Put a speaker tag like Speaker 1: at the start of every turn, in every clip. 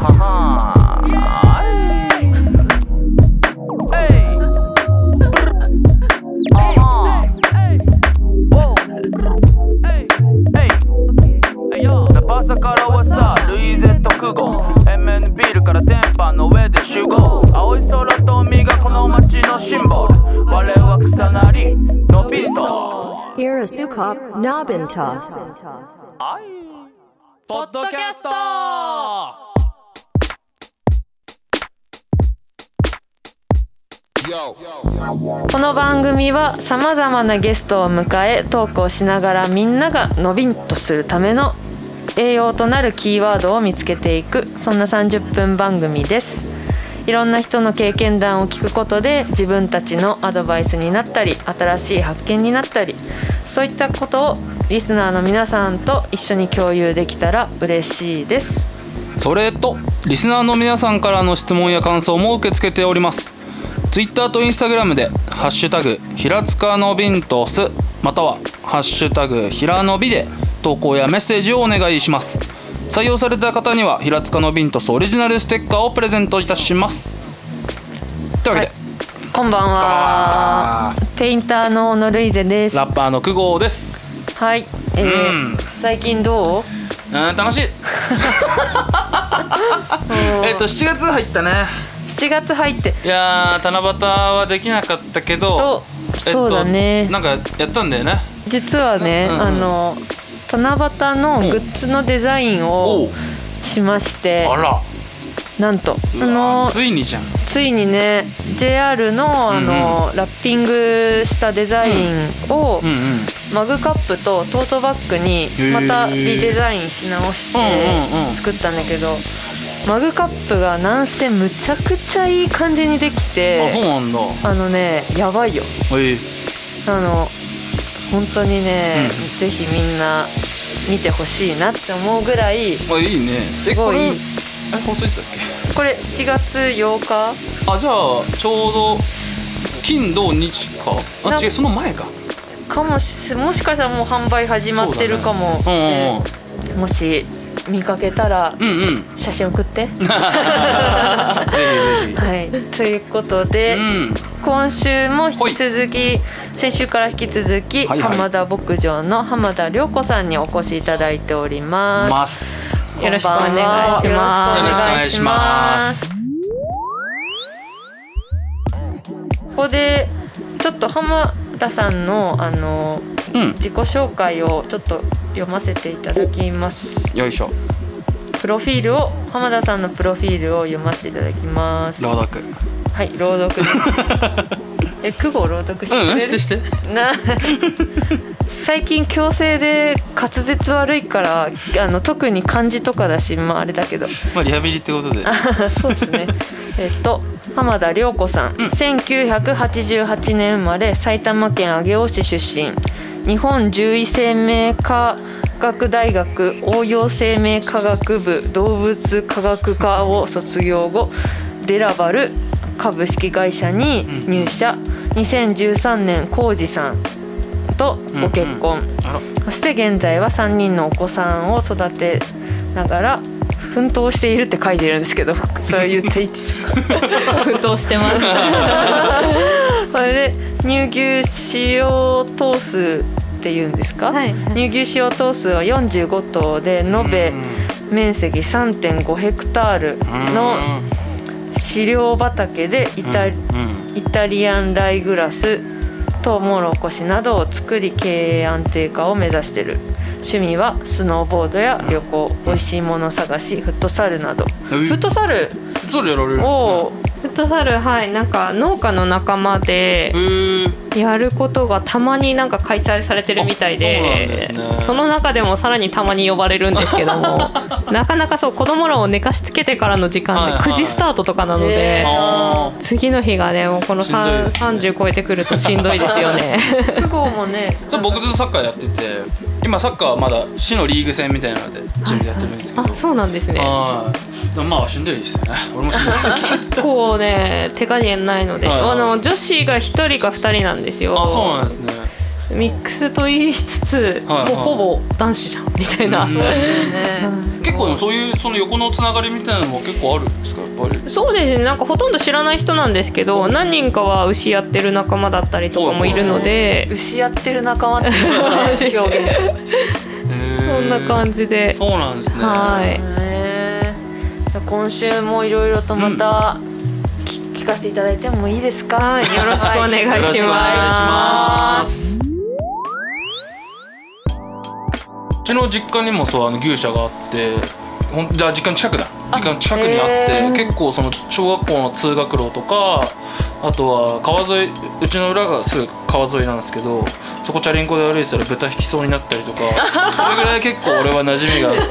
Speaker 1: 朝からはさ、ルイゼット空港 MN ビールから電波の上で集合。青い空と海がこの街のシンボル。我は草なりのビントス
Speaker 2: Irasukop Nobintos
Speaker 1: ポッドキャスト。
Speaker 3: この番組はさまざまなゲストを迎えトークをしながらみんながのびんとするための栄養となるキーワードを見つけていく、そんな30分番組です。いろんな人の経験談を聞くことで自分たちのアドバイスになったり新しい発見になったり、そういったことをリスナーの皆さんと一緒に共有できたら嬉しいです。
Speaker 4: それとリスナーの皆さんからの質問や感想も受け付けております。Twitter と Instagram でハッシュタグ平塚のビントスまたはハッシュタグひらのびで投稿やメッセージをお願いします。採用された方には平塚のビントスオリジナルステッカーをプレゼントいたします。というわけで、
Speaker 3: はい、こんばんは。ペインターの小野ルイゼです。
Speaker 4: ラッパーの久保です。
Speaker 3: はい、最近どう？
Speaker 4: 楽しい7月入ったね。
Speaker 3: 7月入って、
Speaker 4: いや七夕はできなかったけど、
Speaker 3: そうだね、
Speaker 4: なんかやったんだよね。
Speaker 3: 実はね、七夕のグッズのデザインをしまして、
Speaker 4: あら、
Speaker 3: なんと
Speaker 4: ついにじゃん。
Speaker 3: ついにね JR の、ラッピングしたデザインを、マグカップとトートバッグにまたリデザインし直して作ったんだけど、マグカップがなんせむちゃくちゃいい感じにできて、
Speaker 4: あ、そうなんだ。
Speaker 3: やばいよ。本当にね、ぜひみんな見てほしいなって思うぐらい、
Speaker 4: いいね。
Speaker 3: すごい。
Speaker 4: 放送いつだっけ？
Speaker 3: これ7月8日。
Speaker 4: あ、じゃあちょうど金土日か。あ、違う、その前か。
Speaker 3: もしかしたらもう販売始まってるかも。もし見かけたら写真送って。ぜひぜひ。はい、ということで、今週も引き続き先週から引き続き、浜田牧場の浜田涼子さんにお越しいただいております。
Speaker 5: よろしくお願いします。
Speaker 3: よろしくお願いします。ここでちょっと浜田さんの自己紹介をちょっと読ませていただきます。
Speaker 4: よいしょ。
Speaker 3: 浜田さんのプロフィールを読ませていただきます。
Speaker 4: 朗読。はい、
Speaker 3: 朗読です。久保朗読してくれる？
Speaker 4: して
Speaker 3: 最近矯正で滑舌悪いから特に漢字とかだし、あれだけど、
Speaker 4: リハビリってことで。
Speaker 3: そうですね。浜田涼子さん、1988年生まれ、埼玉県上尾市出身。日本獣医生命科学大学応用生命科学部動物科学科を卒業後、デラバル株式会社に入社。2013年浩二さんとご結婚。そして現在は3人のお子さんを育てながら奮闘しているって書いてるんですけど、それを言っていいでしょうか？
Speaker 5: 奮闘してます。
Speaker 3: それで乳牛使用頭数っていうんですか、乳牛使用頭数は45頭で延べ面積 3.5 ヘクタールの飼料畑でイタリアンライグラス、トウモロコシなどを作り経営安定化を目指している。趣味はスノーボードや旅行、美味しいもの探し、フットサルなど。フットサル
Speaker 4: やられる？
Speaker 5: フットサル、なんか農家の仲間でやることがたまになんか開催されてるみたいで、その中でもさらにたまに呼ばれるんですけども、なかなか子供らを寝かしつけてからの時間で9時スタートとかなので、次の日がね、もうこの30超えてくるとしんどいですよね。
Speaker 3: 久保もね、
Speaker 4: 僕ずっとサッカーやってて、今サッカーはまだ市のリーグ戦みたいなのでチームでやってるんですけど、
Speaker 5: そうなんですね。
Speaker 4: しんどいですよね。俺もしんどい。
Speaker 5: 結構ね、手加減ないので、女子が1人か2人なんですよ。
Speaker 4: そうなんですね。
Speaker 5: ミックスと言いつつ、もうほぼ男子じゃんみたいな。
Speaker 3: そうですよね。
Speaker 4: 結構そういうその横のつながりみたいなのも結構あるんですか、やっぱり。
Speaker 5: そうですね、なんかほとんど知らない人なんですけど、何人かは牛やってる仲間だったりとかもいるので、
Speaker 3: 牛やってる仲間っていうんですね、表現。
Speaker 5: そんな感じで。
Speaker 4: そうなんですね。
Speaker 5: はい。
Speaker 3: じゃあ今週もいろいろとまた、聞かせていただいてもいいですか。
Speaker 5: はい、よろしくお願いします。
Speaker 4: よろしくお願いします。うちの実家にもそう牛舎があって、じゃあ実家の近くだ、実家の近くにあって、結構その小学校の通学路とか、あとは川沿い、うちの裏がすぐ川沿いなんですけど、そこチャリンコで歩いてたら豚引きそうになったりとか、それぐらい結構俺は馴染みがあって、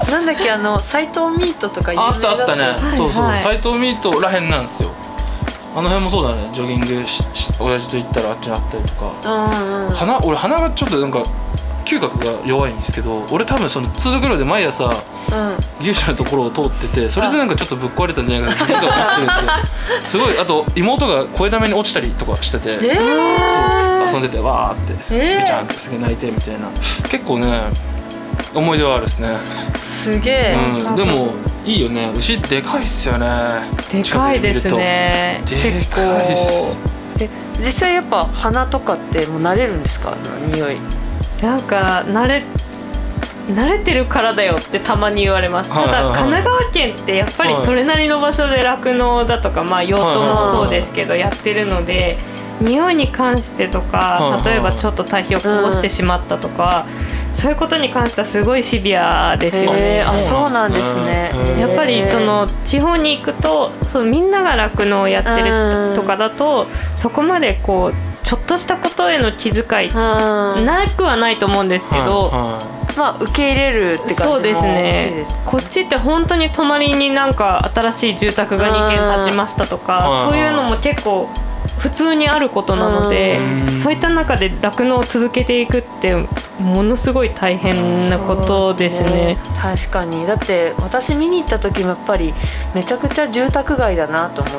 Speaker 3: なんだっけ、斎藤ミートとか有名だった。
Speaker 4: あったね、そうそう、斎藤ミートらへんなんですよ。あの辺もそうだね、ジョギング親父と行ったらあっちにあったりとか、俺鼻がちょっとなんか嗅覚が弱いんですけど、俺多分その通学路で毎朝、牛舎のところを通ってて、それでなんかちょっとぶっ壊れたんじゃないかなって自分では思ってるんですよ。すごい。あと妹が声だめに落ちたりとかしてて、そう遊んでてわーってぐちゃんってすげえ泣いてみたいな、結構ね思い出はあるですね。
Speaker 3: すげえ、
Speaker 4: でもいいよね、牛でかいっすよね。
Speaker 5: でかいですね、
Speaker 4: でかいっす。
Speaker 3: 実際やっぱ鼻とかってもう慣れるんですか、匂い。
Speaker 5: なんか慣れてるからだよってたまに言われます。ただ神奈川県ってやっぱりそれなりの場所で酪農だとか、養豚もそうですけどやってるので、匂いに関してとか、例えばちょっと堆肥をこぼしてしまったとか、そういうことに関してはすごいシビアですよね。
Speaker 3: あ、そうなんですね。
Speaker 5: やっぱりその地方に行くと、みんなが酪農をやってるとかだと、そこまでこうちょっとしたことへの気遣いなくはないと思うんですけど、
Speaker 3: 受け入れるって感じも大きいです。
Speaker 5: そうですね。こっちって本当に隣になんか新しい住宅が2軒建ちましたとか、そういうのも結構普通にあることなので、そういった中で酪農を続けていくってものすごい大変なことですね。
Speaker 3: 確かに。だって私見に行った時もやっぱりめちゃくちゃ住宅街だなと思って、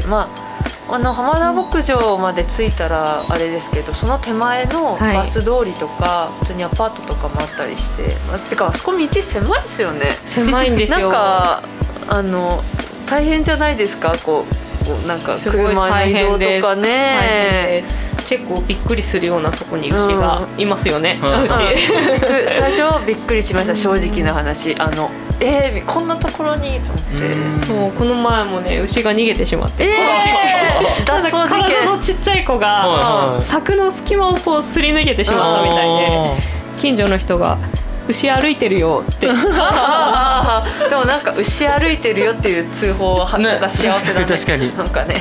Speaker 3: 浜田牧場まで着いたらあれですけど、その手前のバス通りとか、普通にアパートとかもあったりして、てかあそこ道狭いですよね。
Speaker 5: 狭いんですよ。
Speaker 3: なんか大変じゃないですか、なんか車の移動とかね。
Speaker 5: 結構びっくりするようなとこに牛がいますよね。
Speaker 3: 最初はびっくりしました、正直な話。こんなところにと思って。
Speaker 5: そう、この前もね、牛が逃げてしまって、
Speaker 3: 脱走事件。
Speaker 5: 体のちっちゃい子が柵の隙間をこうすり抜けてしまったみたいで、近所の人が牛歩いてるよってでも
Speaker 3: なんか牛歩いてるよっていう通報はなんか幸せだね。
Speaker 4: 確かに
Speaker 3: なんかね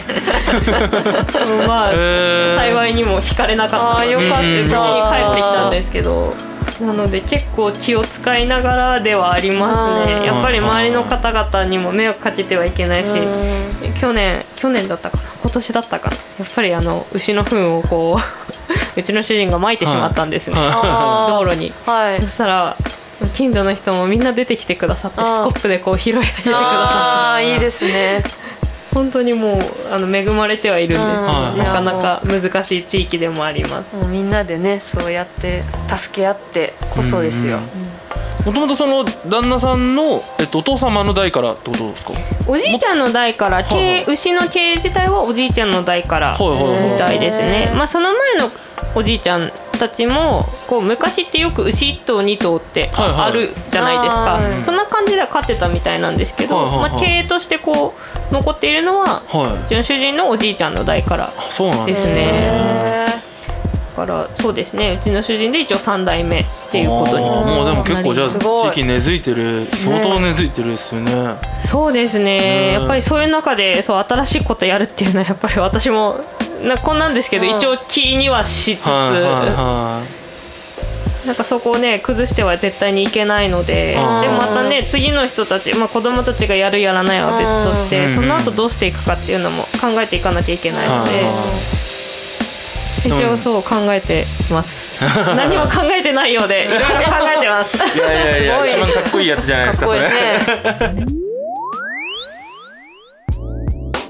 Speaker 5: 幸いにも引かれなかったので、
Speaker 3: よかった、
Speaker 5: 無事に帰ってきたんですけど、なので結構気を使いながらではありますね。やっぱり周りの方々にも迷惑かけてはいけないし、去年だったかな、今年だったかな、やっぱり牛の糞をこううちの主人が撒いてしまったんですね、道路に。そしたら近所の人もみんな出てきてくださって、スコップでこう拾い上げてくださって。
Speaker 3: いいですね。
Speaker 5: 本当にもう恵まれてはいるんで、なかなか難しい地域でもあります。
Speaker 3: もうみんなでね、そうやって助け合ってこそですよ。
Speaker 4: もともとその旦那さんの、お父様の代からってことですか？
Speaker 5: おじいちゃんの代から、牛の経営自体はおじいちゃんの代からみたいですね。その前のおじいちゃんたちも昔ってよく牛1頭2頭ってあるじゃないですか、そんな感じでは飼ってたみたいなんですけど、経営として残っているのは、うちの主人のおじいちゃんの代からですね。だからそうですね、うちの主人で一応3代目っていうことになります。
Speaker 4: もうでも結構じゃあ地域根付いてる、相当根付いてるですよね。
Speaker 5: そうですね、やっぱりそういう中で新しいことやるっていうのは、やっぱり私もこんなんですけど、一応気にはしつつ、なんかそこをね崩しては絶対にいけないので、でもまたね次の人たち、子供たちがやるやらないは別として、その後どうしていくかっていうのも考えていかなきゃいけないので、一応そう考えてます何も考えてないようでいろいろ考えてます
Speaker 4: いや一番かっこいいやつじゃないですか、それ。
Speaker 3: で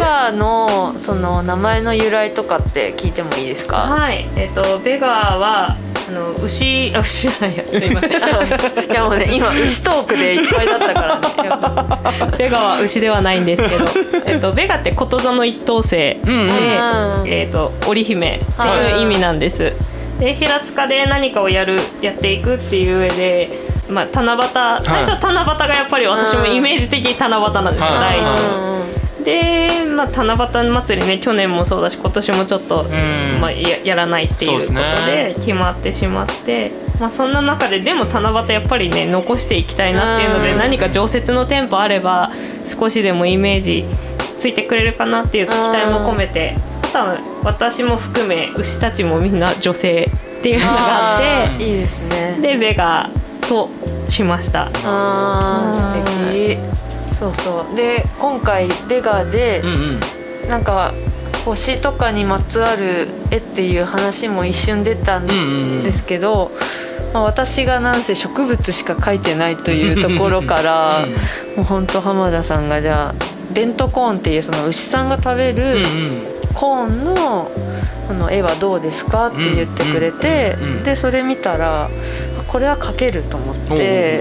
Speaker 3: ガのその名前の由来とかって聞いてもいいですか？
Speaker 5: はい、ベガは牛じゃないや、すいません。
Speaker 3: いやもうね、今牛トークでいっぱいだったからね。
Speaker 5: ベガは牛ではないんですけど、ベガってことぞの一等星で、織姫っていう意味なんです。で平塚で何かをやっていくっていう上で、まあ、七夕、最初七夕がやっぱり私もイメージ的に七夕なんですよ、大事で、まあ、七夕祭りね、去年もそうだし今年もちょっと、まあ、やらないっていうことで決まってしまって、まあ、そんな中ででも七夕やっぱりね残していきたいなっていうので、何か常設の店舗あれば少しでもイメージついてくれるかなっていう期待も込めて、私も含め牛たちもみんな女性っていうのがあって、
Speaker 3: いいですね。
Speaker 5: でベガとしました。
Speaker 3: 素敵。そうそうで今回ベガで、なんか星とかにまつわる絵っていう話も一瞬出たんですけど、まあ、私がなんせ植物しか描いてないというところからもう本当浜田さんがじゃあレントコーンっていうその牛さんが食べるコーンのこの絵はどうですかって言ってくれて、でそれ見たらこれは描けると思って、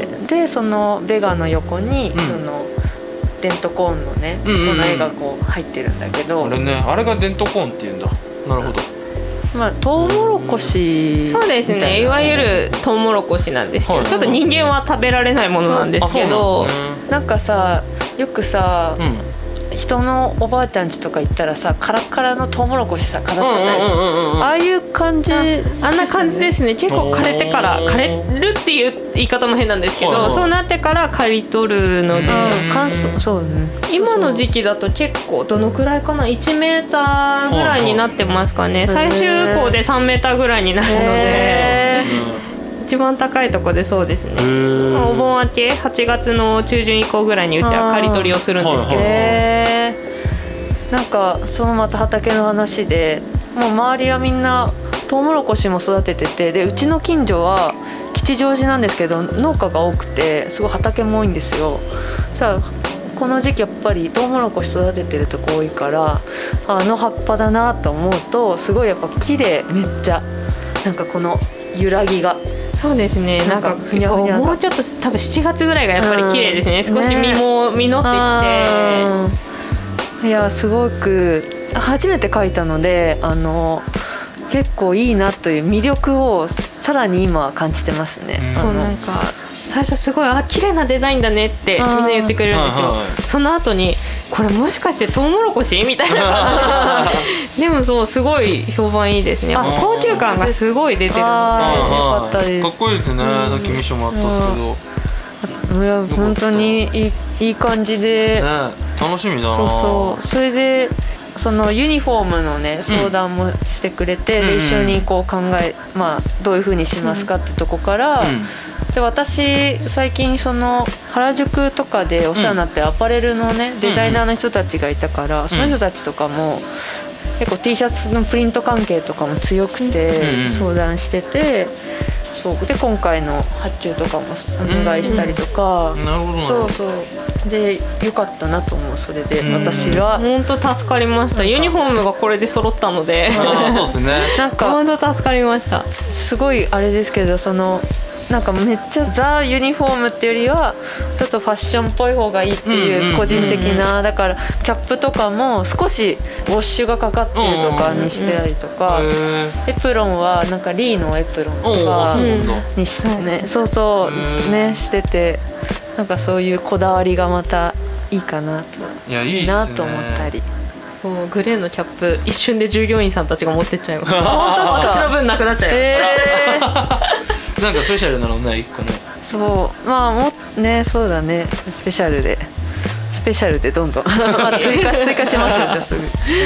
Speaker 3: でそのベガの横にそのデントコーンのね、この絵がこう入ってるんだけど、
Speaker 4: あれね、あれがデントコーンって言うんだ。なるほど。
Speaker 3: まあトウモロコシ
Speaker 5: そうですね、いわゆるトウモロコシなんですけど、ちょっと人間は食べられないものなんですけど、
Speaker 3: なんかさよくさ、人のおばあちゃん家とか行ったらさカラッカラのトウモロコシさ飾ってたりする、ああいう感じ、
Speaker 5: あんな感じですね。結構枯れてから枯れるっていう言い方も変なんですけど、そうなってから刈り取るので、
Speaker 3: 乾燥、そうね、
Speaker 5: 今の時期だと結構どのくらいかな、1メーターぐらいになってますかね。最終校で3メーターぐらいになるので、一番高いとこでそうですね。お盆明け8月の中旬以降ぐらいにうちは刈り取りをするんですけ
Speaker 3: ど、なんかそのまた畑の話で、もう周りはみんなトウモロコシも育ててて、でうちの近所は吉祥寺なんですけど農家が多くてすごい畑も多いんですよ。さあこの時期やっぱりトウモロコシ育ててるとこ多いから、あの葉っぱだなと思うとすごいやっぱ綺麗、めっちゃなんかこの揺らぎが。
Speaker 5: そうですね、なんかそうもうちょっと多分7月ぐらいがやっぱり綺麗ですね。少し実も実ってきて、
Speaker 3: いやすごく初めて描いたので結構いいなという魅力をさらに今感じてますね。
Speaker 5: そうなんか最初すごい綺麗なデザインだねってみんな言ってくれるんですよ。その後にこれもしかしてトウモロコシみたいなでもそうすごい評判いいですね。高級感がすごい出てるので、よ
Speaker 3: かったです。
Speaker 4: かっこいいですね。さっきミッションもあったんですけど、
Speaker 3: いや本当にいい感じで、
Speaker 4: 楽しみだな。
Speaker 3: そうそれでそのユニフォームのね相談もしてくれて、で一緒にこうまあどういう風にしますかってとこから、で私最近その原宿とかでお世話になってるアパレルのねデザイナーの人たちがいたから、その人たちとかも結構 T シャツのプリント関係とかも強くて相談してて、そうで今回の発注とかもお願いしたりとか、そうでよかったなと思う。それで私は
Speaker 5: 本当助かりました。ユニフォームがこれで揃ったので
Speaker 4: そうですね、
Speaker 3: なんか
Speaker 5: 本当助かりました。
Speaker 3: すごいあれですけど、そのなんかめっちゃザ・ユニフォームっていうよりはちょっとファッションっぽい方がいいっていう個人的な、だからキャップとかも少しウォッシュがかかってるとかにしてたりとか、エプロンはなんかリーのエプロンとかにしてね、そうねしてて、なんかそういうこだわりがまたいいかなと、いいなと思ったり。
Speaker 5: もうグレーのキャップ一瞬で従業員さんたちが持ってっちゃいます。
Speaker 3: 本当ですか？
Speaker 5: 私の分なくなっちゃいます。
Speaker 4: なんかスペシャルなのね、1個ね。
Speaker 3: そうまあもね、そうだね、スペシャルでどんどん追加しますよ。じゃあすぐ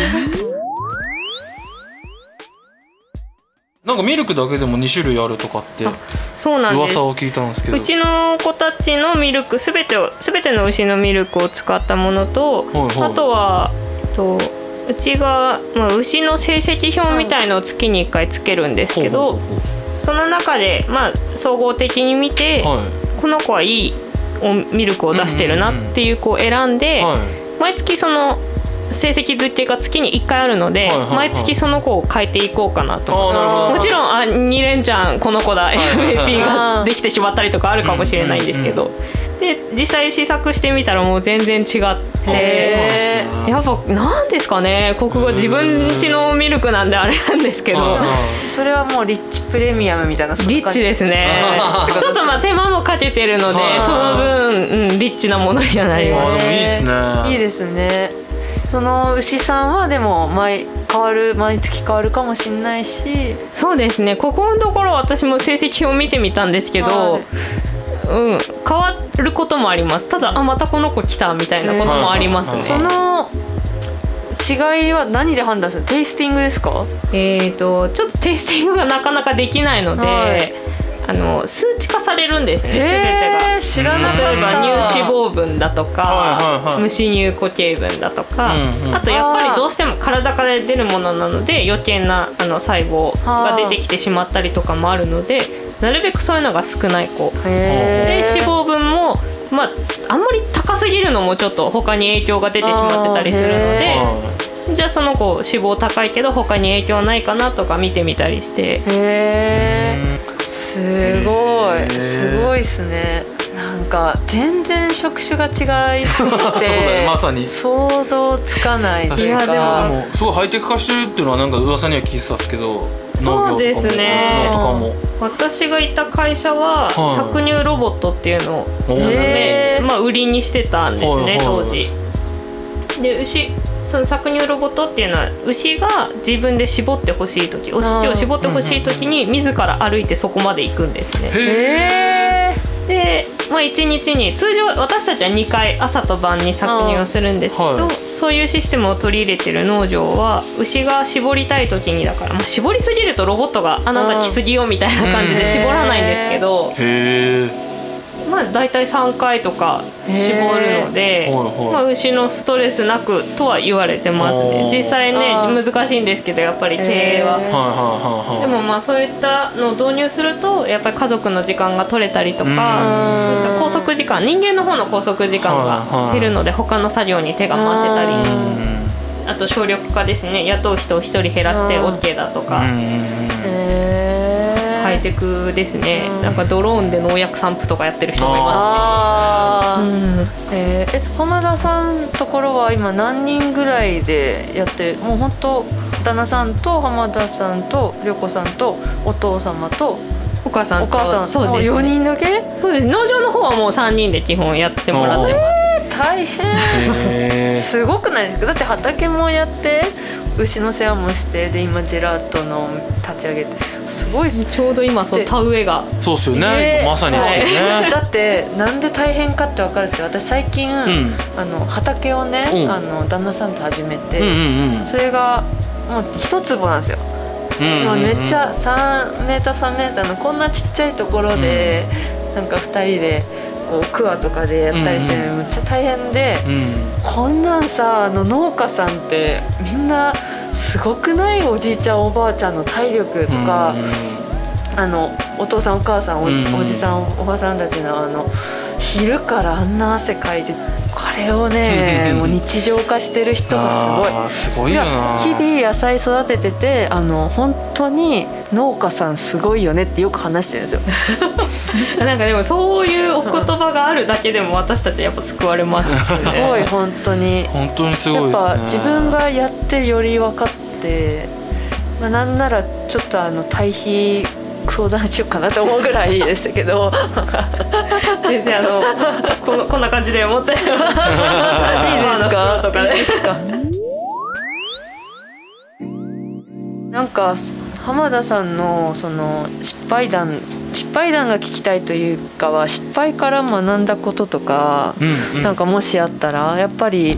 Speaker 4: なんかミルクだけでも2種類あるとかって
Speaker 5: そうなんです。
Speaker 4: 噂を聞いたんですけど、
Speaker 5: うちの子たちのミルクすべての牛のミルクを使ったものと、あとはうちが、牛の成績表みたいのを月に1回つけるんですけど、その中で、総合的に見て、この子はいいミルクを出してるなっていう子を選んで、毎月その成績付けが月に1回あるので、毎月その子を変えていこうかなと。もちろん2連チャンこの子だ MVP ができてしまったりとかあるかもしれないんですけど、で実際試作してみたらもう全然違って、やっぱなんですかね、国語自分家のミルクなんであれなんですけど、
Speaker 3: それはもうリッチプレミアムみたいな。
Speaker 5: リッチですね。ちょっとまあ手間もかけてるので、その分、リッチなものにはなります。
Speaker 4: でもいいですね。
Speaker 3: いいですね。その牛さんはでも毎月変わるかもしれないし。
Speaker 5: そうですね、ここのところ私も成績表見てみたんですけど、変わることもあります。ただまたこの子来たみたいなこともありますね。
Speaker 3: その違いは何で判断する？テイスティングですか？
Speaker 5: ちょっとテイスティングがなかなかできないので、数値化されるんですね、全てが。
Speaker 3: 知らなかった。
Speaker 5: 例えば乳脂肪分だとか、無脂乳固形分だとか、あとやっぱりどうしても体から出るものなので余計な細胞が出てきてしまったりとかもあるので、なるべくそういうのが少ない子で、脂肪分もあんまり高すぎるのもちょっと他に影響が出てしまってたりするので、じゃあその子脂肪高いけど他に影響ないかなとか見てみたりして。
Speaker 3: すごいっすね。なんか全然職種が違いすぎて
Speaker 4: まさに
Speaker 3: 想像つかないっていうか。
Speaker 4: でもすごいハイテク化してるっていうのはなんか噂には聞いてたんですけど。
Speaker 5: そうですね、私がいた会社は搾乳ロボットっていうのを、売りにしてたんですね、当時で。その搾乳ロボットっていうのは牛が自分で絞ってほしい時、お乳を搾ってほしい時に自ら歩いてそこまで行くんですね。で、1日に通常私たちは2回朝と晩に搾乳をするんですけど、そういうシステムを取り入れてる農場は牛が絞りたい時にだから、絞りすぎるとロボットがあなた来すぎよみたいな感じで絞らないんですけど、だいたい3回とか絞るので、牛のストレスなくとは言われてますね。実際ね難しいんですけど、やっぱり経営は。でもそういったのを導入するとやっぱり家族の時間が取れたりとか、そういった拘束時間、人間の方の拘束時間が減るので他の作業に手が回せたり、あと省力化ですね、雇う人を1人減らして OK だとか。ハイテクですね。なんかドローンで農薬散布とかやってる人もいます
Speaker 3: ね。浜田さんのところは今何人ぐらいでやってる？もう本当旦那さんと浜田さんと涼子さんとお父様と
Speaker 5: お母さん、
Speaker 3: そうですね、4人だけ？
Speaker 5: そうです。農場の方はもう3人で基本やってもらってます。
Speaker 3: 大変。すごくないですか？だって畑もやって牛の世話もして、で今ジェラートの立ち上げて、すごいっすね。
Speaker 5: ちょうど今その田植えが。
Speaker 4: そうっすよね、まさにですよね。
Speaker 3: だってなんで大変かって分かるって、私最近、畑をね、旦那さんと始めて、それがもう一坪なんですよ。めっちゃ3メーター3メーターのこんなちっちゃいところで、なんか2人でこうクワとかでやったりして、めっちゃ大変で、こんなんさ、農家さんってみんなすごくない？おじいちゃんおばあちゃんの体力とか、お父さんお母さん おじさんおばさんたちの昼からあんな汗かいて、これをねもう日常化してる人が
Speaker 4: すごいよな。
Speaker 3: 日々野菜育ててて、本当に農家さんすごいよねってよく話してるんですよ。
Speaker 5: なんかでもそういうお言葉があるだけでも私たちやっぱ救われますね。
Speaker 3: すごい本当に
Speaker 4: すごいですね。
Speaker 3: やっぱ自分がやってより分かって、なんならちょっと堆肥相談しようかなと思うぐらいでしたけど。
Speaker 5: 先生こんな感じで持ってらしい
Speaker 3: ですか？
Speaker 5: とかね。
Speaker 3: なんか浜田さんのその失敗談が聞きたいというかは、失敗から学んだこととか、なんかもしあったら、やっぱり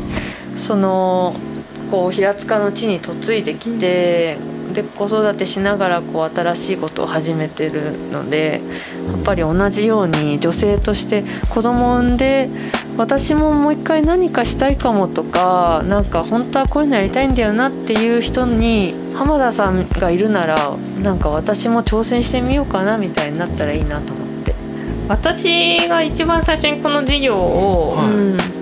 Speaker 3: こう平塚の地に嫁いできて、で子育てしながらこう新しいことを始めてるので、やっぱり同じように女性として子供を産んで、私ももう一回何かしたいかもとか、なんか本当はこういうのやりたいんだよなっていう人に浜田さんがいるなら、なんか私も挑戦してみようかなみたいになったらいいなと思って。
Speaker 5: 私が一番最初にこの事業を、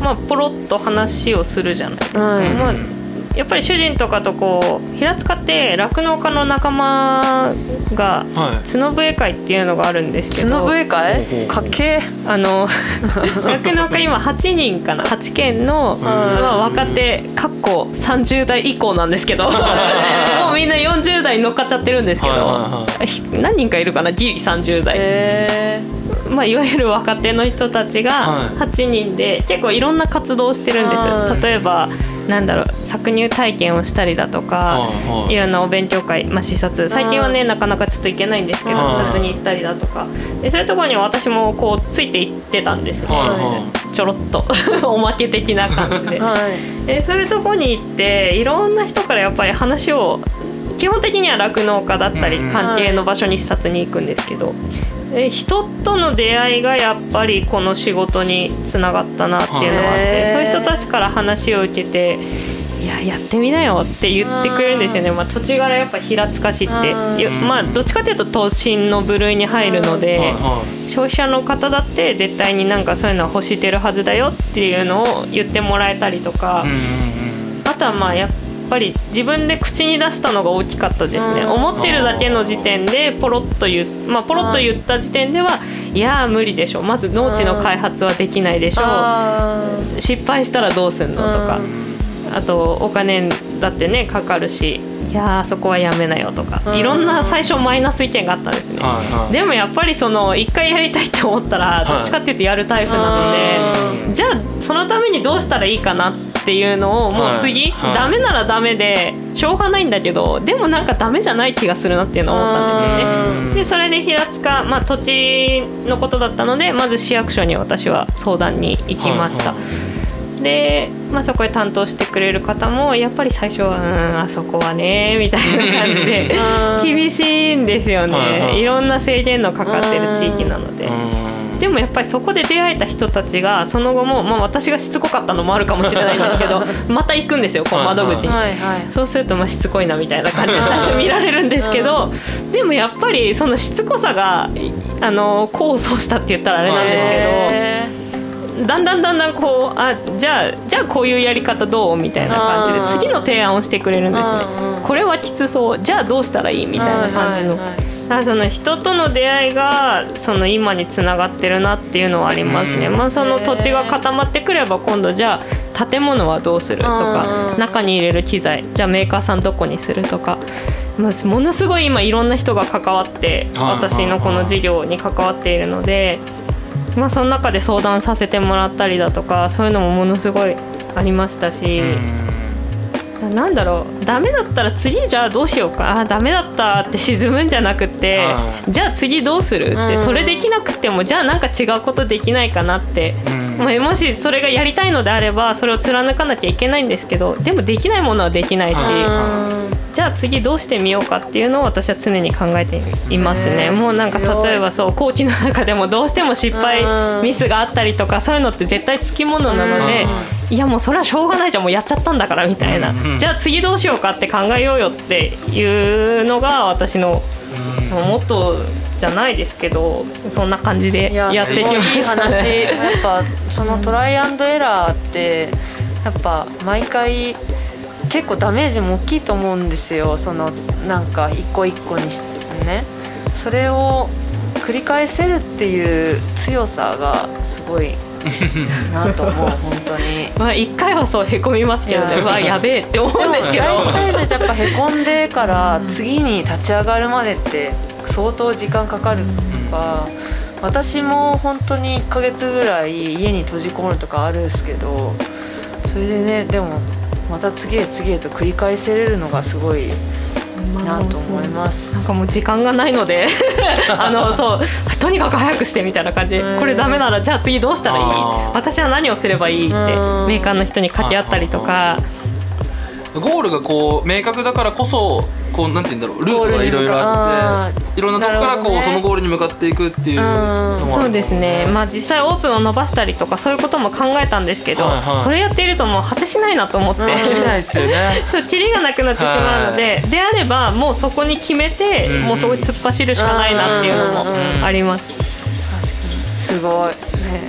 Speaker 5: まあ、ポロッと話をするじゃないですか、
Speaker 3: はい
Speaker 5: まあ、やっぱり主人とかとこう平塚って酪農家の仲間が角笛会っていうのがあるんですけど、
Speaker 3: 角笛会かっけ
Speaker 5: 酪農家今8人かな、8県の、まあ、若手かっこ30代以降なんですけどもうみんな40代に乗っかっちゃってるんですけど、何人かいるかな、ギリ30代、まあ、いわゆる若手の人たちが8人で結構いろんな活動をしてるんです。例えばなんだろう、搾乳体験をしたりだとか、いろんなお勉強会、まあ、視察、最近はねなかなかちょっと行けないんですけど、視察に行ったりだとかで、そういうところに私もこうついて行ってたんですね、ちょろっとおまけ的な感じで、でそういうところに行っていろんな人からやっぱり話を、基本的には酪農家だったり関係の場所に視察に行くんですけど、人との出会いがやっぱりこの仕事につながったなっていうのがあって、そういう人たちから話を受けて、やってみなよって言ってくれるんですよね。まあ、土地柄やっぱ平塚市って、まあ、どっちかというと都心の部類に入るので、消費者の方だって絶対になんかそういうのは欲してるはずだよっていうのを言ってもらえたりとか、あとはまあやっぱり自分で口に出したのが大きかったですね。思ってるだけの時点でポロッと言った時点では、いやー無理でしょ、まず農地の開発はできないでしょ、失敗したらどうすんのとか、あとお金だってねかかるし、いやーそこはやめなよとか、いろんな最初マイナス意見があったんですね。でもやっぱりその一回やりたいって思ったらどっちかっていうとやるタイプなので、じゃあそのためにどうしたらいいかなっていうのをもう次、ダメならダメでしょうがないんだけど、でもなんかダメじゃない気がするなっていうのを思ったんですよね。でそれで平塚、まあ、土地のことだったのでまず市役所に私は相談に行きました。で、まあ、そこで担当してくれる方もやっぱり最初はあそこはねみたいな感じで厳しいんですよね。いろんな制限のかかってる地域なので。でもやっぱりそこで出会えた人たちがその後も、まあ、私がしつこかったのもあるかもしれないんですけどまた行くんですよ、こう窓口に、そうするとまあしつこいなみたいな感じで最初見られるんですけど、でもやっぱりそのしつこさが功を奏したって言ったらあれなんですけど、だんだんこうじゃあこういうやり方どうみたいな感じで次の提案をしてくれるんですね。これはきつそう、じゃあどうしたらいいみたいな感じの、だからその人との出会いがその今につながってるなっていうのはありますね。まあ、その土地が固まってくれば今度じゃあ建物はどうするとか、中に入れる機材じゃあメーカーさんどこにするとか、まあ、ものすごい今いろんな人が関わって私のこの事業に関わっているので、まあ、その中で相談させてもらったりだとかそういうのもものすごいありましたし、なんだろう、ダメだったら次じゃあどうしようか、ダメだったって沈むんじゃなくて、じゃあ次どうするって、それできなくてもじゃあなんか違うことできないかなって、もしそれがやりたいのであればそれを貫かなきゃいけないんですけど、でもできないものはできないし、じゃあ次どうしてみようかっていうのを私は常に考えていますね。もうなんか例えばそう後期の中でもどうしても失敗ミスがあったりとかそういうのって絶対つきものなので、いやもうそれはしょうがないじゃん、もうやっちゃったんだからみたいな、じゃあ次どうしようかって考えようよっていうのが私のモットーじゃないですけど、そんな感じでやってきましたね。
Speaker 3: やっぱそのトライアンドエラーってやっぱ毎回結構ダメージも大きいと思うんですよ。そのなんか一個一個にね、それを繰り返せるっていう強さがすごいなと思う本当に。
Speaker 5: まあ一回はそうへこみますけどね、わやべえって思うんですけど、
Speaker 3: 大体でやっぱへこんでから次に立ち上がるまでって相当時間かかるとか、私も本当に1ヶ月ぐらい家に閉じこもるとかあるんですけど、それでね、でもまた次へ次へと繰り返せれるのがすごいなと思います。
Speaker 5: なんかもう時間がないのでそうとにかく早くしてみたいな感じで、これダメならじゃあ次どうしたらいい、私は何をすればいいってメーカーの人に掛け合ったりとか、
Speaker 4: ゴールがこう明確だからこそこうなんて言うんだろう、ルートがいろいろあっていろんなとこからこう、そのゴールに向かっていくっていうのも
Speaker 5: そうですね。まあ実際オープンを伸ばしたりとかそういうことも考えたんですけど、それやっているともう果てしないなと思って
Speaker 4: キリないですよね
Speaker 5: そうキリがなくなってしまうので、であればもうそこに決めて、もうそこに突っ走るしかないなっていうのもあります。
Speaker 3: すごい、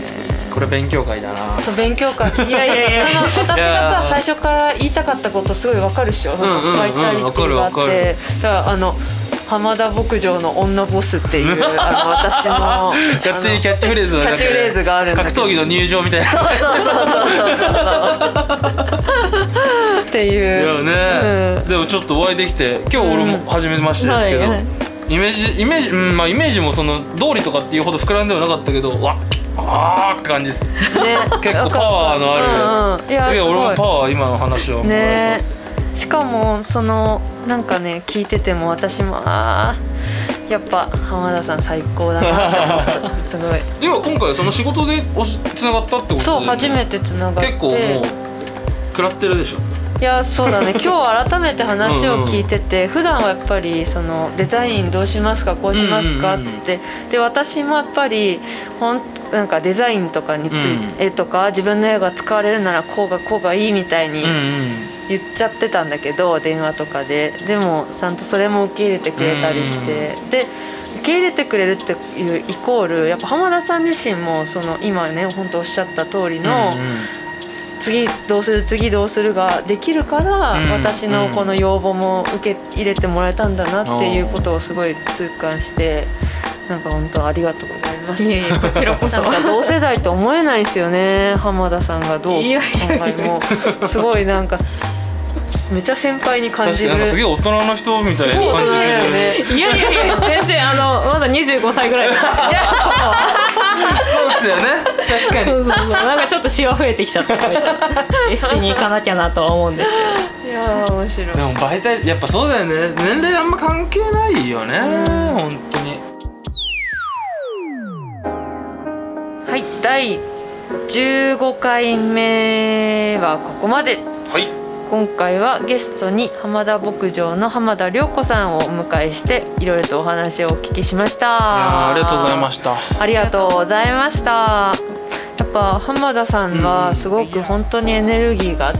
Speaker 4: これ勉強会だな。
Speaker 3: そう勉強会。いや私がさ最初から言いたかったことすごいわかるっしょ。そのバイタリティがあって、だから浜田牧場の女ボスっていう私の
Speaker 4: 勝手にキャッチフレーズ
Speaker 3: キャッチフレーズがあるんだけど、
Speaker 4: 格闘技の入場みたいな。
Speaker 3: そうっていう。
Speaker 4: いやね、でもちょっとお会いできて今日俺も初めましてですけど、イメージもその通りとかっていうほど膨らんではなかったけど、って感じです。結構パワーのある。すげえ俺もパワー今の話をもらいます。
Speaker 3: しかもそのなんかね聞いてても私もやっぱ浜田さん最高だなって思った。すごい。
Speaker 4: では今回その仕事でつながったってことで、
Speaker 3: そう初めてつながって。
Speaker 4: 結構もう食らってるでしょ。
Speaker 3: いやそうだね。今日改めて話を聞いてて、普段はやっぱりそのデザインどうしますかこうしますかっつって、で私もやっぱりなんかデザインとかについて、絵とか自分の絵が使われるならこうがいいみたいに言っちゃってたんだけど、電話とかで。でもちゃんとそれも受け入れてくれたりして、で受け入れてくれるっていうイコールやっぱ浜田さん自身もその今ね本当おっしゃった通りの、次どうするができるから、私のこの要望も受け入れてもらえたんだなっていうことをすごい痛感して、なんか本当ありがとうございます。
Speaker 5: いやいやこちらこそ。
Speaker 3: なんか同世代と思えないですよね。浜田さんがどう考えもすごいなんかめちゃ先輩に感じる。
Speaker 4: すげえ大人の人みたいな感じですよね。
Speaker 5: いや全然まだ25歳ぐらい。
Speaker 4: そうですよね。確かに。
Speaker 5: そうなんかちょっとシワ増えてきちゃったみたいな。エステに行かなきゃなとは思うんです
Speaker 3: けど。いや面白い。
Speaker 4: でもバイタリやっぱそうだよね。年齢あんま関係ないよね。本当に。
Speaker 3: はい、第15回目はここまで。
Speaker 4: はい。
Speaker 3: 今回はゲストに浜田牧場の浜田涼子さんをお迎えしていろいろとお話をお聞きしました。い
Speaker 4: やありがとうございました。
Speaker 3: ありがとうございました。やっぱ浜田さんはすごく本当にエネルギーがあって、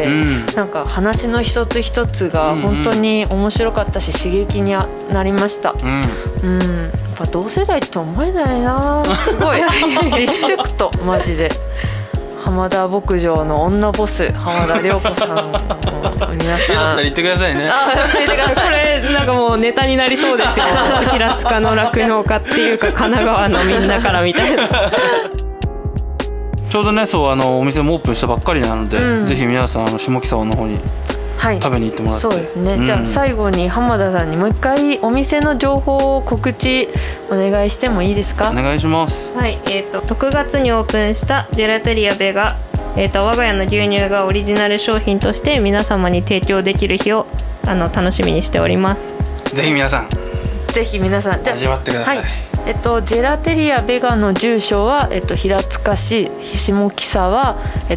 Speaker 3: なんか話の一つ一つが本当に面白かったし刺激になりました。やっぱ同世代と思えないな。すごいリスペクトマジで。浜田牧場の女ボス浜田涼子さん皆さん
Speaker 4: 言ってくださいね。
Speaker 3: 言ってください。
Speaker 5: これなんかもうネタになりそうですよ。平塚の酪農家っていうか神奈川のみんなからみたいな。
Speaker 4: ちょうどねそうお店もオープンしたばっかりなので、ぜひ皆さん下北沢の方に食べに行ってもらって、
Speaker 3: そうですね、じゃあ最後に浜田さんにもう一回お店の情報を告知お願いしてもいいですか。
Speaker 4: お願いします。
Speaker 5: はい、6月にオープンしたジェラテリアベガ、我が家の牛乳がオリジナル商品として皆様に提供できる日を楽しみにしております。
Speaker 4: ぜひ皆さん
Speaker 3: じゃ
Speaker 4: 味わってください。
Speaker 3: ジェラテリアベガの住所は、平塚市下北沢、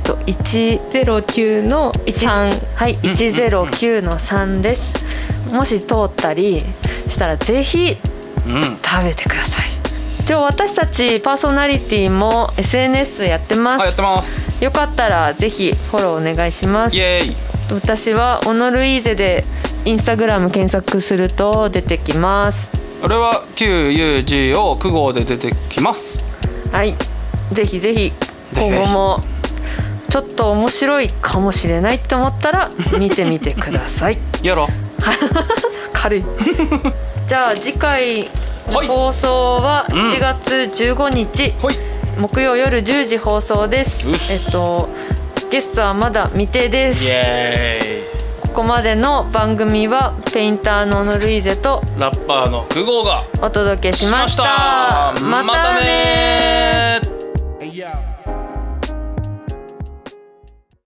Speaker 5: 109の3、
Speaker 3: はい、109の3です。もし通ったりしたらぜひ食べてください。私たちパーソナリティも SNS やってます。
Speaker 4: やってます。
Speaker 3: よかったらぜひフォローお願いします。
Speaker 4: イエーイ。
Speaker 3: 私はオノルイーゼでインスタグラム検索すると出てきます。
Speaker 4: これは QUGO 9号で出てきます。
Speaker 3: はい、ぜひぜひ今後もちょっと面白いかもしれないって思ったら見てみてください。
Speaker 4: やろ
Speaker 3: 軽い。じゃあ次回放送は7月15日、木曜夜10時放送です。ゲストはまだ未定です。
Speaker 4: イエーイ。
Speaker 3: ここまでの番組はペインターのオノルイーゼと
Speaker 4: ラッパーの9号が
Speaker 3: お届けしました。またねー。